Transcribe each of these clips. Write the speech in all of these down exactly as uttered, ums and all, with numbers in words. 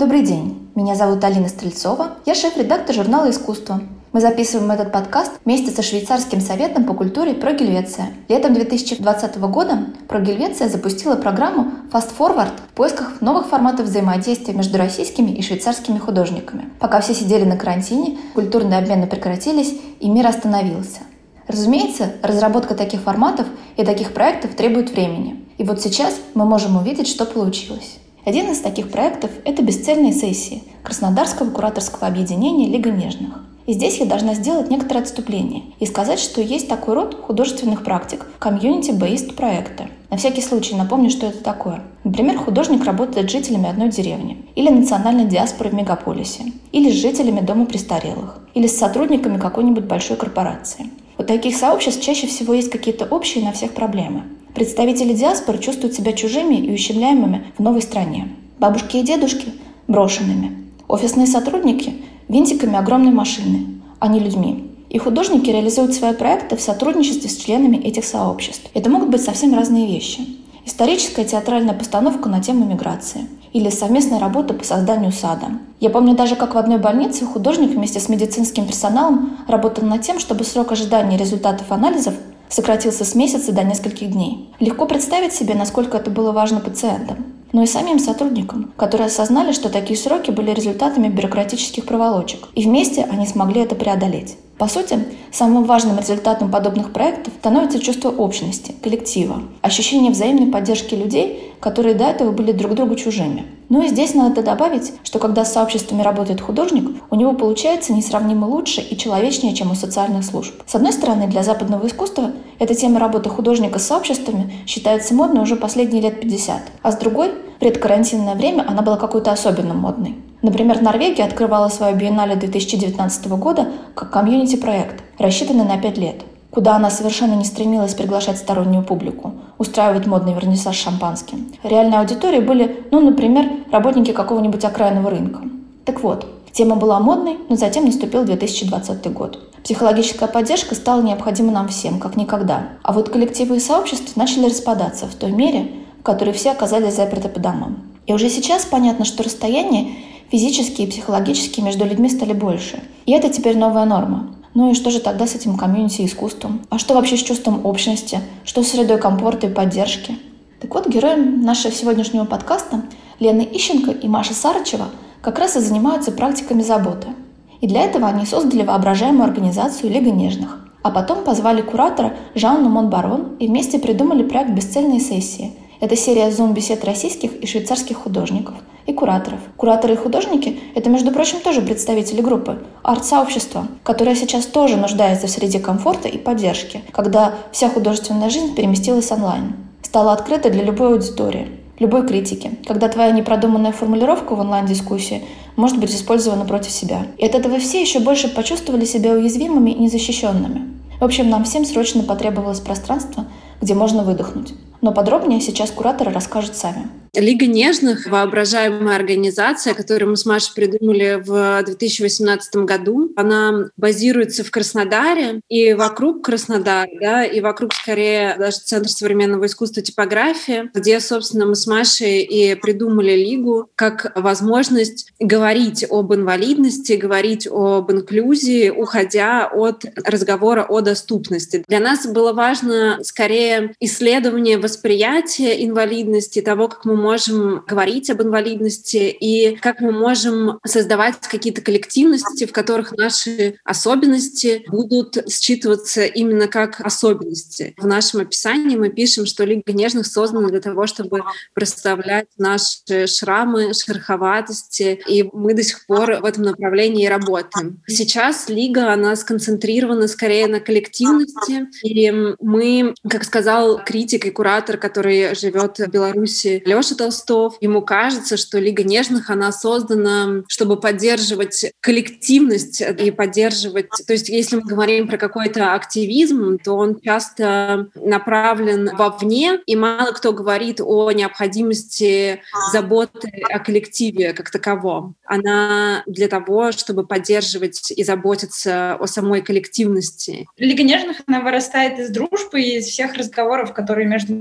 Добрый день, меня зовут Алина Стрельцова, я шеф-редактор журнала «Искусство». Мы записываем этот подкаст вместе со Швейцарским советом по культуре «Про Гельвеция». Летом две тысячи двадцатого года «Про Гельвеция» запустила программу Fast Forward в поисках новых форматов взаимодействия между российскими и швейцарскими художниками. Пока все сидели на карантине, культурные обмены прекратились и мир остановился. Разумеется, разработка таких форматов и таких проектов требует времени. И вот сейчас мы можем увидеть, что получилось. Один из таких проектов – это бесцельные сессии Краснодарского кураторского объединения «Лига нежных». И здесь я должна сделать некоторое отступление и сказать, что есть такой род художественных практик – community-based проекты. На всякий случай напомню, что это такое. Например, художник работает с жителями одной деревни, или национальной диаспорой в мегаполисе, или с жителями дома престарелых, или с сотрудниками какой-нибудь большой корпорации. У таких сообществ чаще всего есть какие-то общие на всех проблемы. Представители диаспоры чувствуют себя чужими и ущемляемыми в новой стране. Бабушки и дедушки – брошенными. Офисные сотрудники – винтиками огромной машины, а не людьми. И художники реализуют свои проекты в сотрудничестве с членами этих сообществ. Это могут быть совсем разные вещи. Историческая театральная постановка на тему миграции или совместная работа по созданию сада. Я помню даже, как в одной больнице художник вместе с медицинским персоналом работал над тем, чтобы срок ожидания результатов анализов сократился с месяца до нескольких дней. Легко представить себе, насколько это было важно пациентам, но и самим сотрудникам, которые осознали, что такие сроки были результатами бюрократических проволочек, и вместе они смогли это преодолеть. По сути, самым важным результатом подобных проектов становится чувство общности, коллектива, ощущение взаимной поддержки людей, которые до этого были друг другу чужими. Ну и здесь надо добавить, что когда с сообществами работает художник, у него получается несравнимо лучше и человечнее, чем у социальных служб. С одной стороны, для западного искусства эта тема работы художника с сообществами считается модной уже последние лет пятьдесят, а с другой, в предкарантинное время она была какой-то особенно модной. Например, Норвегия открывала свое биеннале две тысячи девятнадцатого года как комьюнити-проект, рассчитанный на пять лет, куда она совершенно не стремилась приглашать стороннюю публику, устраивать модный вернисаж шампанским. Реальной аудиторией были, ну, например, работники какого-нибудь окраинного рынка. Так вот, тема была модной, но затем наступил две тысячи двадцатый год. Психологическая поддержка стала необходима нам всем, как никогда. А вот коллективы и сообщества начали распадаться в той мере, в которой все оказались заперты по домам. И уже сейчас понятно, что расстояние физические и психологические между людьми стали больше. И это теперь новая норма. Ну и что же тогда с этим комьюнити и искусством? А что вообще с чувством общности? Что с средой комфорта и поддержки? Так вот, героям нашего сегодняшнего подкаста Лена Ищенко и Маша Сарычева как раз и занимаются практиками заботы. И для этого они создали воображаемую организацию «Лига нежных». А потом позвали куратора Жанну Монбарон и вместе придумали проект «Бесцельные сессии». Это серия зум-бесед российских и швейцарских художников и кураторов. Кураторы и художники – это, между прочим, тоже представители группы, арт-сообщества, которое сейчас тоже нуждается в среде комфорта и поддержки, когда вся художественная жизнь переместилась онлайн. Стала открыта для любой аудитории, любой критики, когда твоя непродуманная формулировка в онлайн-дискуссии может быть использована против себя. И от этого все еще больше почувствовали себя уязвимыми и незащищенными. В общем, нам всем срочно потребовалось пространство, где можно выдохнуть. Но подробнее сейчас кураторы расскажут сами. Лига нежных — воображаемая организация, которую мы с Машей придумали в две тысячи восемнадцатом году. Она базируется в Краснодаре и вокруг Краснодара, да, и вокруг, скорее, даже Центра современного искусства «Типография», где, собственно, мы с Машей и придумали Лигу как возможность говорить об инвалидности, говорить об инклюзии, уходя от разговора о доступности. Для нас было важно, скорее, исследование восприятия инвалидности, того, как мы можем говорить об инвалидности и как мы можем создавать какие-то коллективности, в которых наши особенности будут считываться именно как особенности. В нашем описании мы пишем, что Лига нежных создана для того, чтобы проставлять наши шрамы, шероховатости, и мы до сих пор в этом направлении работаем. Сейчас Лига, она сконцентрирована скорее на коллективности, и мы, как сказал критик и куратор, который живет в Беларуси, Лёша Толстов, ему кажется, что Лига нежных, она создана, чтобы поддерживать коллективность и поддерживать... То есть если мы говорим про какой-то активизм, то он часто направлен вовне, и мало кто говорит о необходимости заботы о коллективе как таковом. Она для того, чтобы поддерживать и заботиться о самой коллективности. Лига нежных, она вырастает из дружбы и из всех разговоров, которые между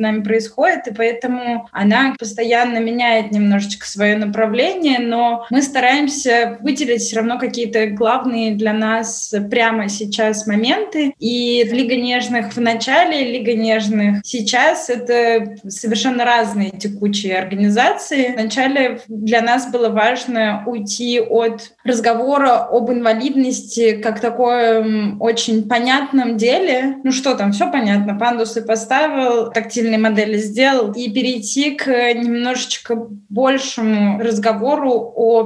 нами происходит, и поэтому она постоянно меняет немножечко свое направление, но мы стараемся выделить все равно какие-то главные для нас прямо сейчас моменты. И Лига нежных в начале, Лига нежных сейчас — это совершенно разные текучие организации. Вначале для нас было важно уйти от разговора об инвалидности как таком очень понятном деле. Ну что там, все понятно, пандусы поставил, тактильные модели сделал, и перейти к немножечко большему разговору о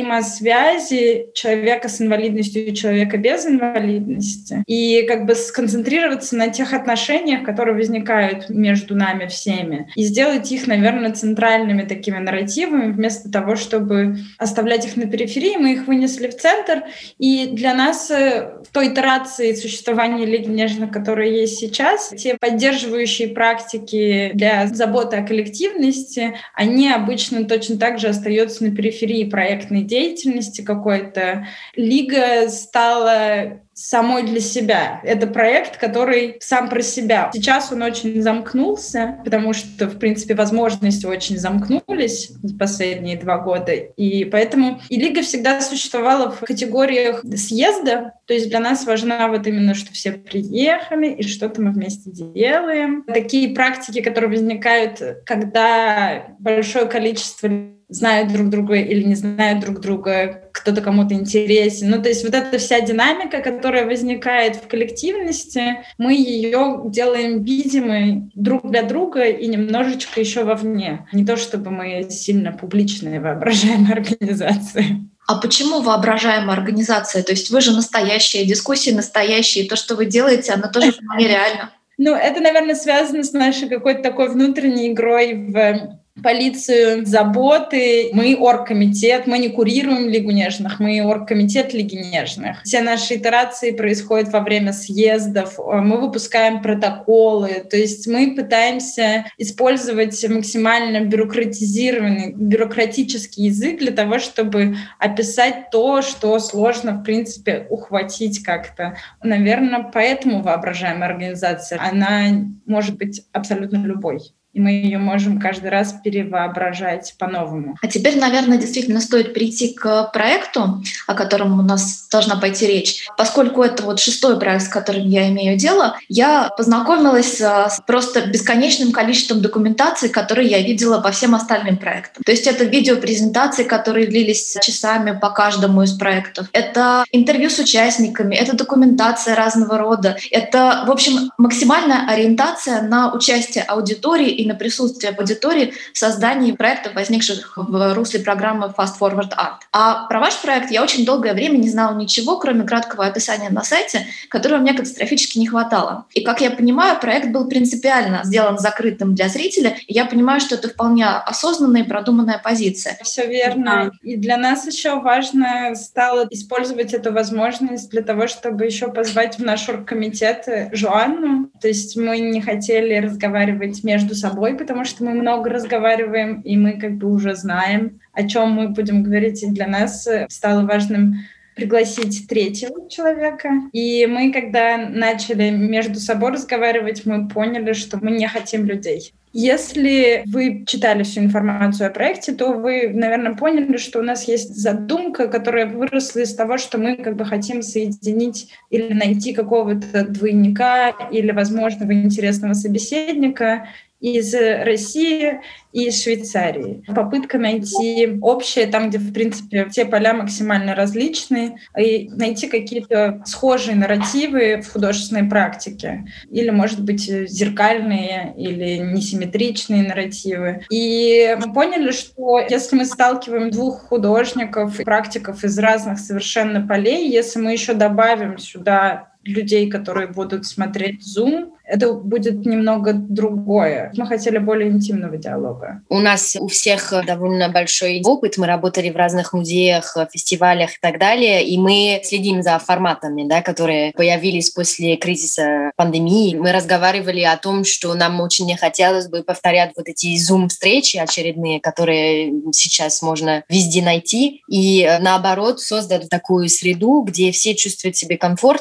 взаимосвязи человека с инвалидностью и человека без инвалидности. И как бы сконцентрироваться на тех отношениях, которые возникают между нами всеми, и сделать их, наверное, центральными такими нарративами, вместо того, чтобы оставлять их на периферии, мы их вынесли в центр. И для нас в той итерации существования Лиги нежных, которая есть сейчас, те поддерживающие практики для заботы о коллективности, они обычно точно так же остаются на периферии проектной деятельности какой-то. Лига стала самой для себя. Это проект, который сам про себя. Сейчас он очень замкнулся, потому что, в принципе, возможности очень замкнулись в последние два года. И поэтому и Лига всегда существовала в категориях съезда. То есть для нас важна вот именно, что все приехали и что-то мы вместе делаем. Такие практики, которые возникают, когда большое количество знают друг друга или не знают друг друга, кто-то кому-то интересен. Ну, то есть вот эта вся динамика, которая возникает в коллективности, мы ее делаем видимой друг для друга и немножечко еще вовне. Не то чтобы мы сильно публичные воображаемые организации. А почему воображаемая организация? То есть вы же настоящие, дискуссии настоящие, то, что вы делаете, оно тоже вполне реально. Ну, это, наверное, связано с нашей какой-то такой внутренней игрой в полицию заботы. Мы оргкомитет, мы не курируем Лигу нежных, мы оргкомитет Лиги нежных. Все наши итерации происходят во время съездов, мы выпускаем протоколы, то есть мы пытаемся использовать максимально бюрократизированный, бюрократический язык для того, чтобы описать то, что сложно, в принципе, ухватить как-то. Наверное, поэтому воображаемая организация, она может быть абсолютно любой. И мы ее можем каждый раз перевоображать по-новому. А теперь, наверное, действительно стоит перейти к проекту, о котором у нас должна пойти речь. Поскольку это вот шестой проект, с которым я имею дело, я познакомилась с просто бесконечным количеством документации, которые я видела по всем остальным проектам. То есть это видеопрезентации, которые длились часами по каждому из проектов. Это интервью с участниками, это документация разного рода. Это, в общем, максимальная ориентация на участие аудитории и на присутствие в аудитории в создании проектов, возникших в русле программы Fast Forward Art. А про ваш проект я очень долгое время не знала ничего, кроме краткого описания на сайте, которого мне катастрофически не хватало. И, как я понимаю, проект был принципиально сделан закрытым для зрителя, и я понимаю, что это вполне осознанная и продуманная позиция. Все верно. И для нас еще важно стало использовать эту возможность для того, чтобы еще позвать в наш оргкомитет Жоанну. То есть мы не хотели разговаривать между собой, потому что мы много разговариваем, и мы как бы уже знаем, о чем мы будем говорить. И для нас стало важным пригласить третьего человека. И мы, когда начали между собой разговаривать, мы поняли, что мы не хотим людей. Если вы читали всю информацию о проекте, то вы, наверное, поняли, что у нас есть задумка, которая выросла из того, что мы как бы хотим соединить или найти какого-то двойника или возможного интересного собеседника из России и из Швейцарии. Попытка найти общее там, где, в принципе, все поля максимально различные, и найти какие-то схожие нарративы в художественной практике. Или, может быть, зеркальные или несимметричные нарративы. И мы поняли, что если мы сталкиваем двух художников, практиков из разных совершенно полей, если мы еще добавим сюда людей, которые будут смотреть Zoom, это будет немного другое. Мы хотели более интимного диалога. У нас у всех довольно большой опыт. Мы работали в разных музеях, фестивалях и так далее, и мы следим за форматами, да, которые появились после кризиса пандемии. Мы разговаривали о том, что нам очень не хотелось бы повторять вот эти Zoom-встречи очередные, которые сейчас можно везде найти, и наоборот создать такую среду, где все чувствуют себя комфортно, не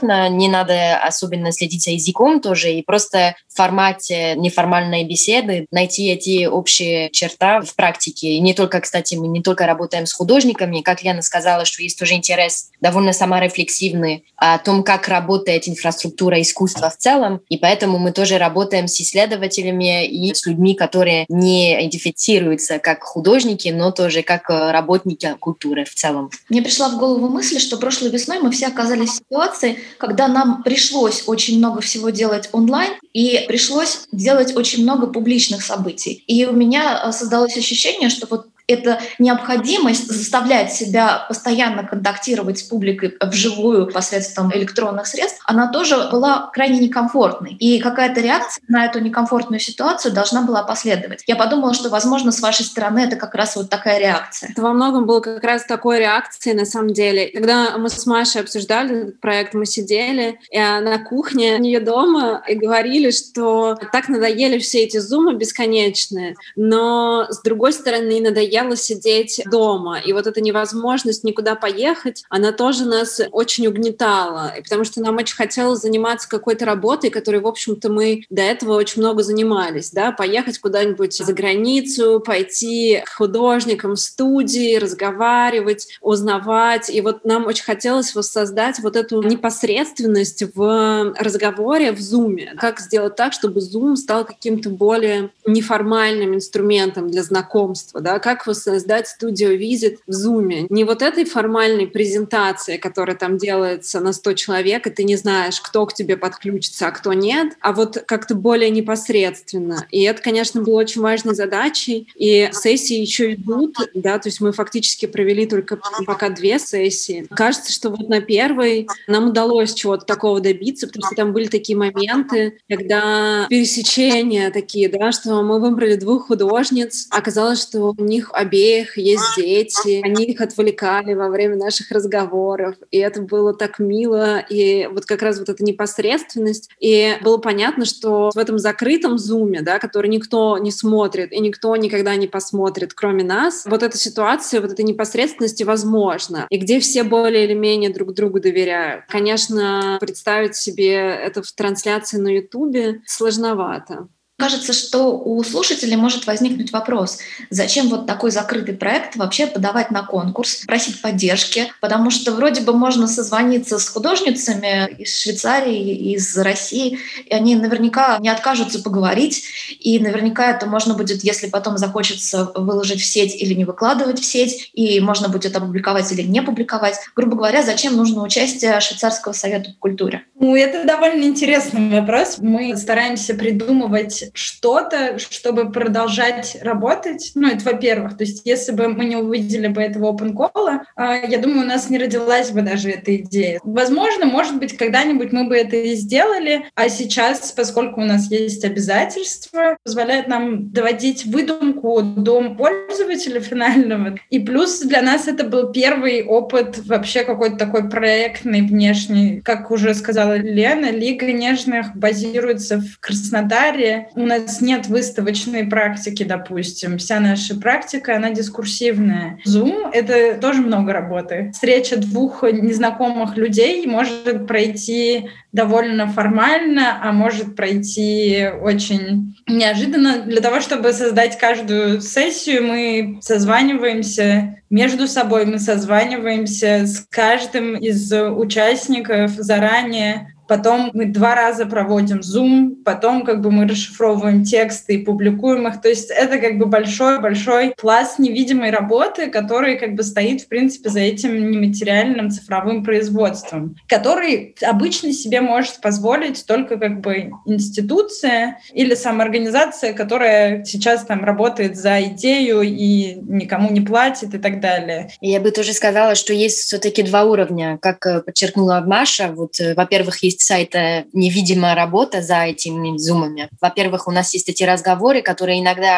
надо особенно следить за языком тоже, и просто в формате неформальной беседы найти эти общие черты в практике. И не только, кстати, мы не только работаем с художниками, как Лена сказала, что есть тоже интерес довольно саморефлексивный о том, как работает инфраструктура искусства в целом, и поэтому мы тоже работаем с исследователями и с людьми, которые не идентифицируются как художники, но тоже как работники культуры в целом. Мне пришла в голову мысль, что прошлой весной мы все оказались в ситуации, когда нам пришлось очень много всего делать онлайн, и пришлось делать очень много публичных событий. И у меня создалось ощущение, что вот эта необходимость заставлять себя постоянно контактировать с публикой вживую посредством электронных средств, она тоже была крайне некомфортной. И какая-то реакция на эту некомфортную ситуацию должна была последовать. Я подумала, что, возможно, с вашей стороны это как раз вот такая реакция. Это во многом было как раз такой реакцией, на самом деле. Когда мы с Машей обсуждали этот проект, мы сидели на кухне у нее дома и говорили, что так надоели все эти зумы бесконечные, но, с другой стороны, надоело сидеть дома. И вот эта невозможность никуда поехать, она тоже нас очень угнетала. И потому что нам очень хотелось заниматься какой-то работой, которой, в общем-то, мы до этого очень много занимались. Да? Поехать куда-нибудь за границу, пойти к художникам в студии, разговаривать, узнавать. И вот нам очень хотелось воссоздать вот эту непосредственность в разговоре в Zoom. Как сделать так, чтобы Zoom стал каким-то более неформальным инструментом для знакомства, да? Как создать студио-визит в Zoom. Не вот этой формальной презентации, которая там делается на сто человек, и ты не знаешь, кто к тебе подключится, а кто нет, а вот как-то более непосредственно. И это, конечно, было очень важной задачей. И сессии еще идут, да, то есть мы фактически провели только пока две сессии. Кажется, что вот на первой нам удалось чего-то такого добиться, потому что там были такие моменты, когда пересечения такие, да, что мы выбрали двух художниц, оказалось, что у них обеих есть дети, они их отвлекали во время наших разговоров, и это было так мило, и вот как раз вот эта непосредственность, и было понятно, что в этом закрытом зуме, да, который никто не смотрит, и никто никогда не посмотрит, кроме нас, вот эта ситуация, вот эта непосредственность возможна, и где все более или менее друг другу доверяют. Конечно, представить себе это в трансляции на Ютубе сложновато. Кажется, что у слушателей может возникнуть вопрос, зачем вот такой закрытый проект вообще подавать на конкурс, просить поддержки, потому что вроде бы можно созвониться с художницами из Швейцарии, из России, и они наверняка не откажутся поговорить, и наверняка это можно будет, если потом захочется выложить в сеть или не выкладывать в сеть, и можно будет опубликовать или не публиковать. Грубо говоря, зачем нужно участие Швейцарского совета по культуре? Ну, это довольно интересный вопрос. Мы стараемся придумывать что-то, чтобы продолжать работать. Ну, это во-первых. То есть если бы мы не увидели бы этого open call, я думаю, у нас не родилась бы даже эта идея. Возможно, может быть, когда-нибудь мы бы это и сделали, а сейчас, поскольку у нас есть обязательства, позволяет нам доводить выдумку до пользователя финального. И плюс для нас это был первый опыт вообще какой-то такой проектный, внешний. Как уже сказала Лена, Лига нежных базируется в Краснодаре. У нас нет выставочной практики, допустим. Вся наша практика, она дискурсивная. Zoom — это тоже много работы. Встреча двух незнакомых людей может пройти довольно формально, а может пройти очень неожиданно. Для того, чтобы создать каждую сессию, мы созваниваемся между собой, мы созваниваемся с каждым из участников заранее. Потом мы два раза проводим Zoom, потом как бы мы расшифровываем тексты и публикуем их. То есть это как бы большой-большой пласт невидимой работы, который как бы стоит, в принципе, за этим нематериальным цифровым производством, который обычно себе может позволить только как бы институция или самоорганизация, которая сейчас там работает за идею и никому не платит и так далее. Я бы тоже сказала, что есть все-таки два уровня. Как подчеркнула Маша, вот, во-первых, есть сайта невидимая работа за этими зумами. Во-первых, у нас есть эти разговоры, которые иногда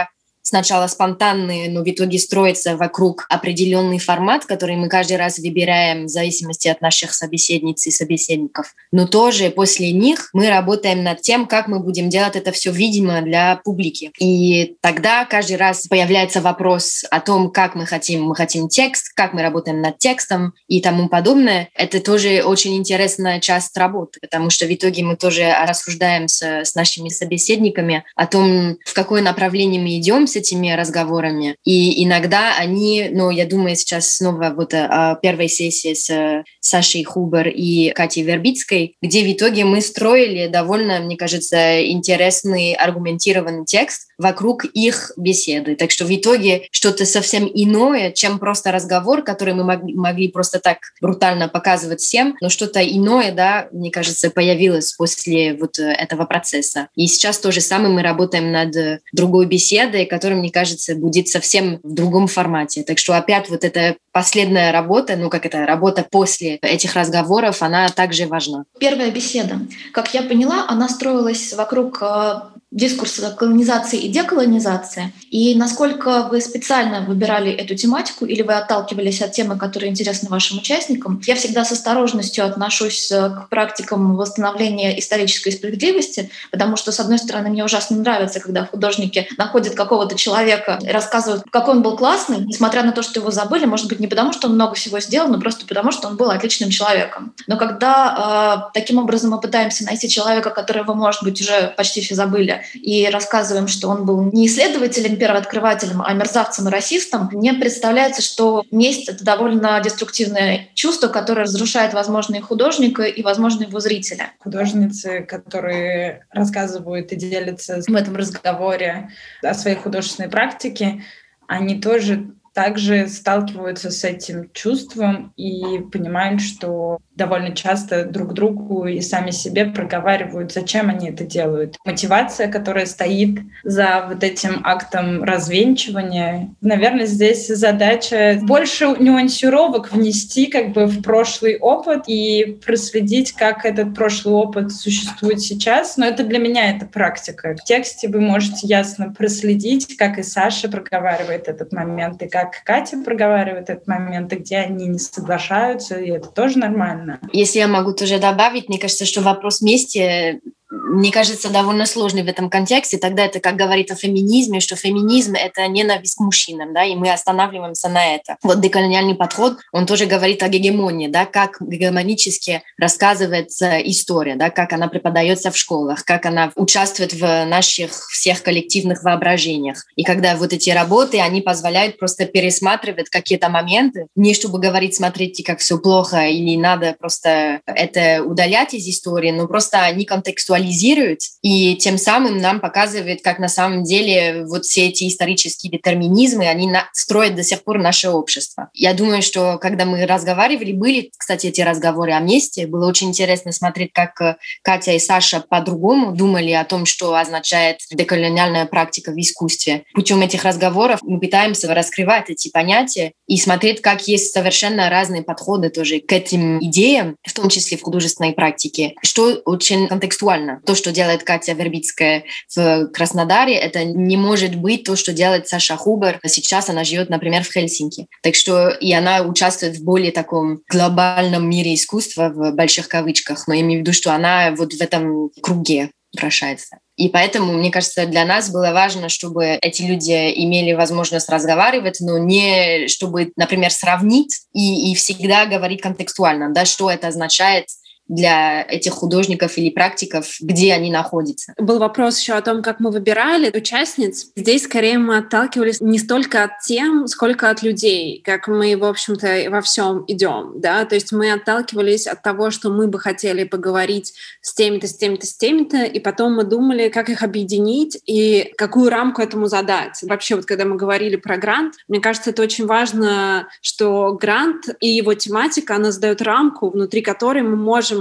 сначала спонтанные, но в итоге строятся вокруг определенный формат, который мы каждый раз выбираем в зависимости от наших собеседниц и собеседников. Но тоже после них мы работаем над тем, как мы будем делать это все видимо для публики. И тогда каждый раз появляется вопрос о том, как мы хотим. Мы хотим текст, как мы работаем над текстом и тому подобное. Это тоже очень интересная часть работы, потому что в итоге мы тоже рассуждаем с, с нашими собеседниками о том, в какое направление мы идем с этими разговорами. И иногда они, ну, я думаю, сейчас снова вот о первой сессии с Сашей Хубер и Катей Вербицкой, где в итоге мы строили довольно, мне кажется, интересный аргументированный текст вокруг их беседы. Так что в итоге что-то совсем иное, чем просто разговор, который мы могли, могли просто так брутально показывать всем, но что-то иное, да, мне кажется, появилось после вот этого процесса. И сейчас то же самое мы работаем над другой беседой, которая, мне кажется, будет совсем в другом формате. Так что опять вот эта последняя работа, ну как это, работа после этих разговоров, она также важна. Первая беседа, как я поняла, она строилась вокруг дискурса колонизации и деколонизации. И насколько вы специально выбирали эту тематику или вы отталкивались от темы, которые интересны вашим участникам? Я всегда с осторожностью отношусь к практикам восстановления исторической справедливости, потому что, с одной стороны, мне ужасно нравится, когда художники находят какого-то человека и рассказывают, какой он был классный, несмотря на то, что его забыли, может быть, не потому, что он много всего сделал, но просто потому, что он был отличным человеком. Но когда э, таким образом мы пытаемся найти человека, которого, может быть, уже почти все забыли, и рассказываем, что он был не исследователем, первооткрывателем, а мерзавцем и расистом, мне представляется, что месть — это довольно деструктивное чувство, которое разрушает, возможно, и художника, и, возможно, его зрителя. Художницы, которые рассказывают и делятся в этом разговоре о своей художественной практике, они тоже также сталкиваются с этим чувством и понимают, что довольно часто друг другу и сами себе проговаривают, зачем они это делают. Мотивация, которая стоит за вот этим актом развенчивания. Наверное, здесь задача больше нюансировок внести как бы в прошлый опыт и проследить, как этот прошлый опыт существует сейчас. Но это для меня это практика. В тексте вы можете ясно проследить, как и Саша проговаривает этот момент, и как Катя проговаривает этот момент, и где они не соглашаются, и это тоже нормально. Если я могу тоже добавить, мне кажется, что вопрос мести, мне кажется, довольно сложный в этом контексте. Тогда это как говорит о феминизме, что феминизм — это ненависть к мужчинам, да, и мы останавливаемся на это. Вот деколониальный подход, он тоже говорит о гегемонии, да, как гегемонически рассказывается история, да, как она преподается в школах, как она участвует в наших всех коллективных воображениях. И когда вот эти работы, они позволяют просто пересматривать какие-то моменты, не чтобы говорить, смотрите, как все плохо, или надо просто это удалять из истории, но просто они контекстуализируют и тем самым нам показывает, как на самом деле вот все эти исторические детерминизмы, они на- строят до сих пор наше общество. Я думаю, что когда мы разговаривали, были, кстати, эти разговоры о мести, было очень интересно смотреть, как Катя и Саша по-другому думали о том, что означает деколониальная практика в искусстве. Путем этих разговоров мы пытаемся раскрывать эти понятия и смотреть, как есть совершенно разные подходы тоже к этим идеям, в том числе в художественной практике, что очень контекстуально. То, что делает Катя Вербицкая в Краснодаре, это не может быть то, что делает Саша Хубер. Сейчас она живет, например, в Хельсинки. Так что и она участвует в более таком глобальном мире искусства, в больших кавычках, но я имею в виду, что она вот в этом круге вращается. И поэтому, мне кажется, для нас было важно, чтобы эти люди имели возможность разговаривать, но не чтобы, например, сравнить и, и всегда говорить контекстуально, да, что это означает для этих художников или практиков, где они находятся. Был вопрос еще о том, как мы выбирали участниц. Здесь скорее мы отталкивались не столько от тем, сколько от людей, как мы, в общем-то, во всем идем. Да? То есть мы отталкивались от того, что мы бы хотели поговорить с теми-то, с теми-то, с теми-то, и потом мы думали, как их объединить и какую рамку этому задать. Вообще, вот когда мы говорили про грант, мне кажется, это очень важно, что грант и его тематика, она задает рамку, внутри которой мы можем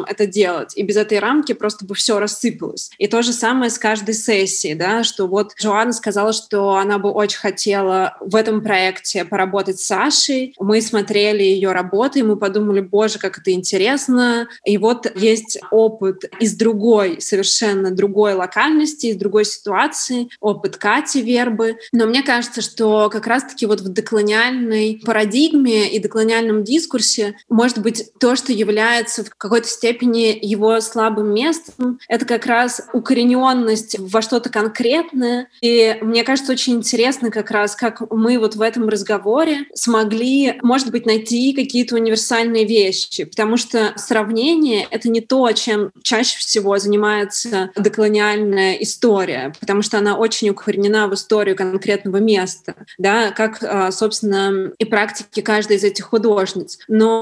можем это делать. И без этой рамки просто бы все рассыпалось. И то же самое с каждой сессией, да, что вот Жоанна сказала, что она бы очень хотела в этом проекте поработать с Сашей. Мы смотрели ее работы, и мы подумали, боже, как это интересно. И вот есть опыт из другой, совершенно другой локальности, из другой ситуации, опыт Кати Вербы. Но мне кажется, что как раз-таки вот в деколониальной парадигме и деколониальном дискурсе, может быть, то, что является в какой-то степени его слабым местом, это как раз укорененность во что-то конкретное. И мне кажется, очень интересно как раз, как мы вот в этом разговоре смогли, может быть, найти какие-то универсальные вещи, потому что сравнение — это не то, чем чаще всего занимается деколониальная история, потому что она очень укоренена в историю конкретного места, да, как, собственно, и практики каждой из этих художниц.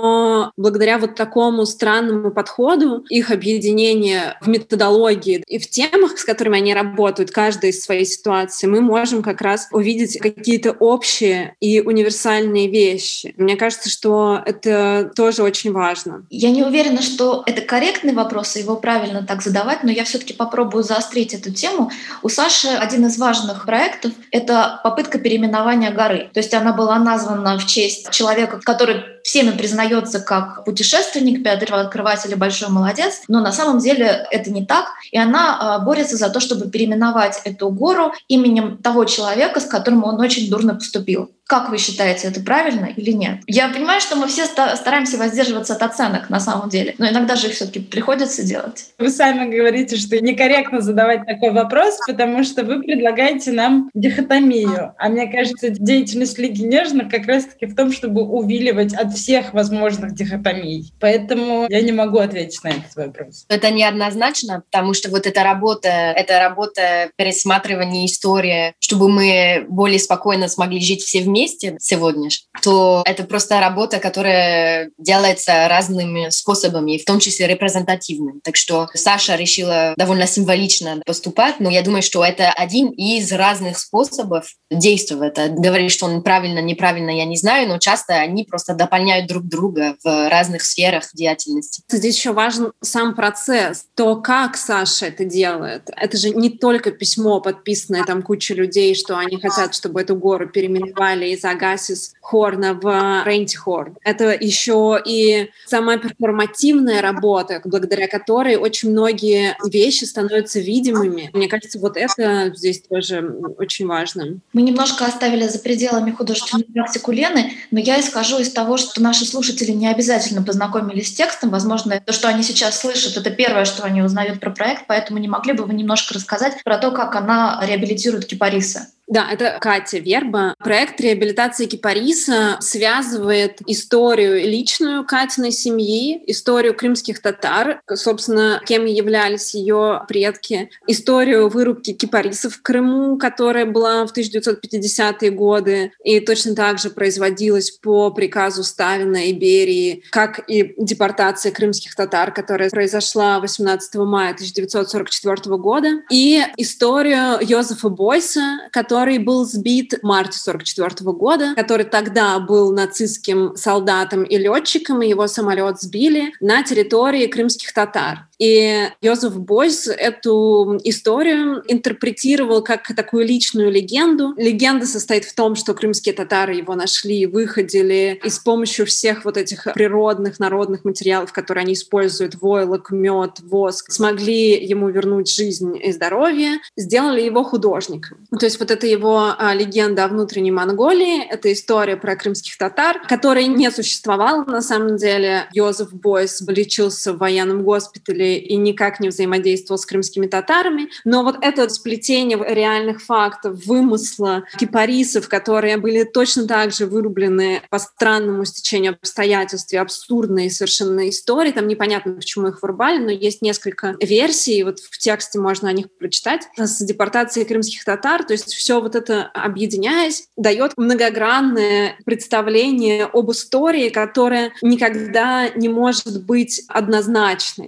Но благодаря вот такому странному подходу, их объединение в методологии и в темах, с которыми они работают, каждая из своей ситуации, мы можем как раз увидеть какие-то общие и универсальные вещи. Мне кажется, что это тоже очень важно. Я не уверена, что это корректный вопрос, и его правильно так задавать, но я все-таки попробую заострить эту тему. У Саши один из важных проектов — это попытка переименования горы. То есть она была названа в честь человека, который всеми признается как путешественник, первооткрыватель и большой молодец, но на самом деле это не так. И она борется за то, чтобы переименовать эту гору именем того человека, с которым он очень дурно поступил. Как вы считаете, это правильно или нет? Я понимаю, что мы все стараемся воздерживаться от оценок на самом деле, но иногда же их все-таки приходится делать. Вы сами говорите, что некорректно задавать такой вопрос, потому что вы предлагаете нам дихотомию. А мне кажется, деятельность Лиги Нежных как раз-таки в том, чтобы увиливать от всех возможных дихотомий. Поэтому я не могу ответить на этот вопрос. Это неоднозначно, потому что вот эта работа, эта работа пересматривания истории, чтобы мы более спокойно смогли жить все вместе сегодня, то это просто работа, которая делается разными способами, в том числе репрезентативным. Так что Саша решила довольно символично поступать, но я думаю, что это один из разных способов действовать. Говорить, что он правильно, неправильно, я не знаю, но часто они просто дополняют друг друга в разных сферах деятельности. Здесь еще важен сам процесс, то, как Саша это делает. Это же не только письмо, подписанное там кучей людей, что они хотят, чтобы эту гору переименовали из Агасис Хорна в Рейнти Хорн. Это еще и сама перформативная работа, благодаря которой очень многие вещи становятся видимыми. Мне кажется, вот это здесь тоже очень важно. Мы немножко оставили за пределами художественную практику Лены, но я исхожу из того, что наши слушатели не обязательно познакомились с текстом. Возможно, то, что они сейчас слышат, это первое, что они узнают про проект, поэтому не могли бы вы немножко рассказать про то, как она реабилитирует кипариса? Да, это Катя Верба. Проект реабилитации кипариса связывает историю личную Катиной семьи, историю крымских татар, собственно, кем являлись ее предки, историю вырубки кипарисов в Крыму, которая была в тысяча девятьсот пятидесятые годы и точно так же производилась по приказу Сталина и Берии, как и депортация крымских татар, которая произошла восемнадцатого мая тысяча девятьсот сорок четвёртого года, и историю Йозефа Бойса, который который был сбит в марте сорок четвёртого года, который тогда был нацистским солдатом и летчиком, и его самолет сбили на территории крымских татар. И Йозеф Бойс эту историю интерпретировал как такую личную легенду. Легенда состоит в том, что крымские татары его нашли, выходили, и с помощью всех вот этих природных, народных материалов, которые они используют, войлок, мед, воск, смогли ему вернуть жизнь и здоровье, сделали его художником. То есть вот это его а, легенда о внутренней Монголии, это история про крымских татар, которая не существовала на самом деле. Йозеф Бойс лечился в военном госпитале и никак не взаимодействовал с крымскими татарами. Но вот это сплетение реальных фактов, вымысла кипарисов, которые были точно так же вырублены по странному стечению обстоятельств и абсурдные совершенно истории, там непонятно, почему их вырубали, но есть несколько версий, вот в тексте можно о них прочитать, с депортацией крымских татар. То есть все вот это, объединяясь, дает многогранное представление об истории, которая никогда не может быть однозначной, в которой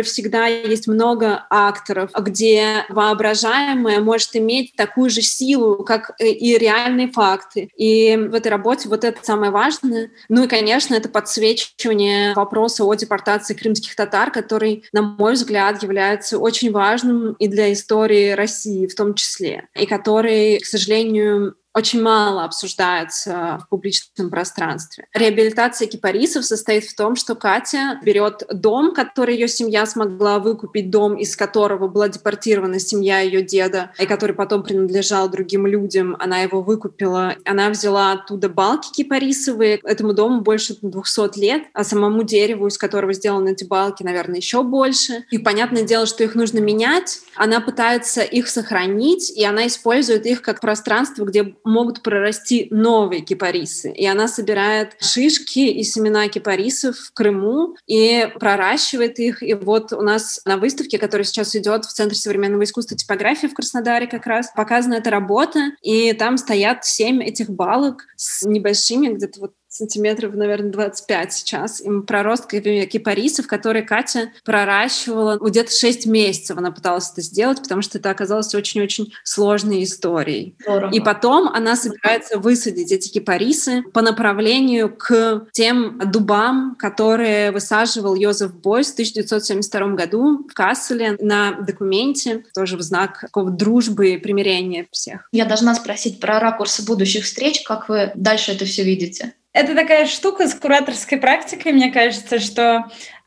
которой всегда есть много акторов, где воображаемое может иметь такую же силу, как и реальные факты. И в этой работе вот это самое важное. Ну и, конечно, это подсвечивание вопроса о депортации крымских татар, который, на мой взгляд, является очень важным и для истории России в том числе, и который, к сожалению, очень мало обсуждается в публичном пространстве. Реабилитация кипарисов состоит в том, что Катя берет дом, который ее семья смогла выкупить, дом, из которого была депортирована семья ее деда, и который потом принадлежал другим людям. Она его выкупила. Она взяла оттуда балки кипарисовые. Этому дому больше двухсот лет, а самому дереву, из которого сделаны эти балки, наверное, еще больше. И понятное дело, что их нужно менять. Она пытается их сохранить, и она использует их как пространство, где могут прорасти новые кипарисы. И она собирает шишки и семена кипарисов в Крыму и проращивает их. И вот у нас на выставке, которая сейчас идет в Центре современного искусства типографии в Краснодаре как раз, показана эта работа. И там стоят семь этих балок с небольшими, где-то вот сантиметров, наверное, двадцать пять сейчас, им проростками кипарисов, которые Катя проращивала где-то шесть месяцев. Она пыталась это сделать, потому что это оказалось очень-очень сложной историей. Здорово. И потом она собирается высадить эти кипарисы по направлению к тем дубам, которые высаживал Йозеф Бейс в тысяча девятьсот семьдесят втором году в Касселе на документе, тоже в знак такого дружбы и примирения всех. Я должна спросить про ракурсы будущих встреч. Как вы дальше это все видите? Это такая штука с кураторской практикой, мне кажется, что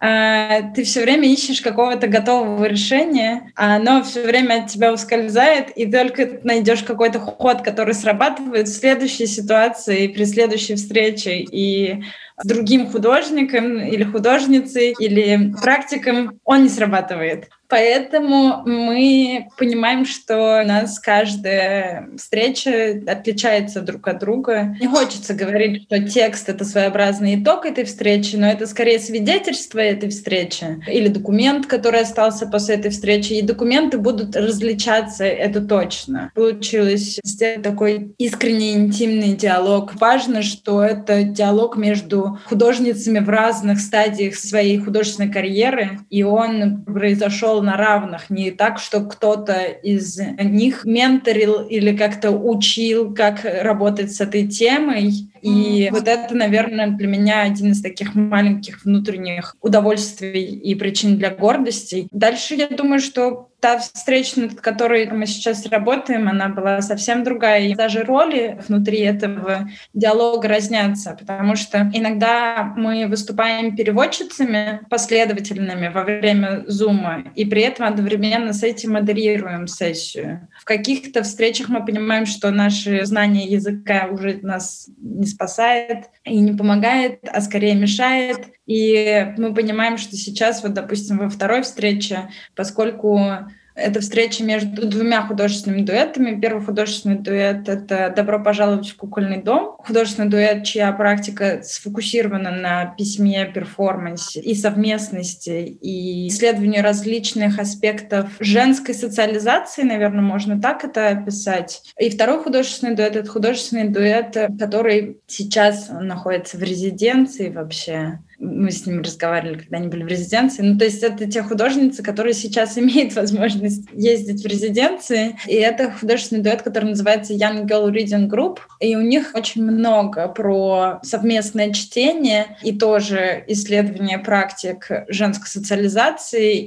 э, ты все время ищешь какого-то готового решения, а оно все время от тебя ускользает, и только найдешь какой-то ход, который срабатывает в следующей ситуации, при следующей встрече, и с другим художником или художницей, или практиком он не срабатывает. Поэтому мы понимаем, что у нас каждая встреча отличается друг от друга. Не хочется говорить, что текст — это своеобразный итог этой встречи, но это скорее свидетельство этой встречи или документ, который остался после этой встречи. И документы будут различаться, это точно. Получилось сделать такой искренний, интимный диалог. Важно, что это диалог между художницами в разных стадиях своей художественной карьеры, и он произошел на равных, не так, что кто-то из них менторил или как-то учил, как работать с этой темой. И вот это, наверное, для меня один из таких маленьких внутренних удовольствий и причин для гордости. Дальше я думаю, что та встреча, над которой мы сейчас работаем, она была совсем другая. И даже роли внутри этого диалога разнятся, потому что иногда мы выступаем переводчицами последовательными во время зума, и при этом одновременно с этим модерируем сессию. В каких-то встречах мы понимаем, что наши знания языка уже нас не спасает и не помогает, а скорее мешает. И мы понимаем, что сейчас, вот, допустим, во второй встрече, поскольку это встреча между двумя художественными дуэтами. Первый художественный дуэт — это «Добро пожаловать в кукольный дом». Художественный дуэт, чья практика сфокусирована на письме, перформансе и совместности, и исследовании различных аспектов женской социализации, наверное, можно так это описать. И второй художественный дуэт — это художественный дуэт, который сейчас находится в резиденции вообще. Мы с ними разговаривали, когда они были в резиденции. Ну, то есть это те художницы, которые сейчас имеют возможность ездить в резиденции. И это художественный дуэт, который называется Young Girl Reading Group. И у них очень много про совместное чтение и тоже исследование практик женской социализации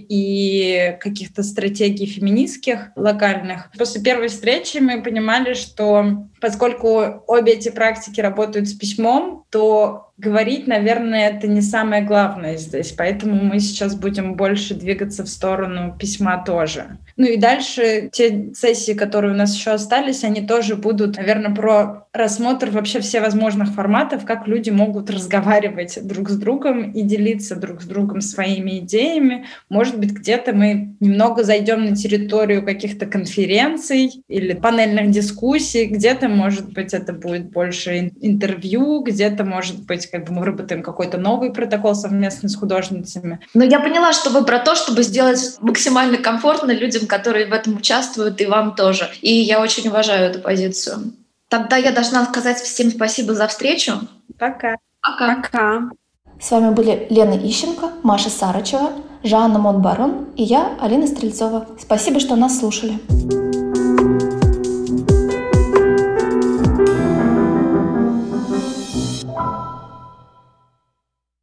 и каких-то стратегий феминистских, локальных. После первой встречи мы понимали, что поскольку обе эти практики работают с письмом, то говорить, наверное, это не самое главное здесь. Поэтому мы сейчас будем больше двигаться в сторону письма тоже. Ну и дальше те сессии, которые у нас еще остались, они тоже будут, наверное, про рассмотр вообще всевозможных форматов, как люди могут разговаривать друг с другом и делиться друг с другом своими идеями. Может быть, где-то мы немного зайдем на территорию каких-то конференций или панельных дискуссий, где-то, может быть, это будет больше интервью, где-то, может быть, как бы мы выработаем какой-то новый протокол совместно с художницами. Но я поняла, что вы про то, чтобы сделать максимально комфортно людям, которые в этом участвуют, и вам тоже. И я очень уважаю эту позицию. Тогда я должна сказать всем спасибо за встречу. Пока. Пока. Пока. С вами были Лена Ищенко, Маша Сарычева, Жанна Монбарон и я, Алина Стрельцова. Спасибо, что нас слушали.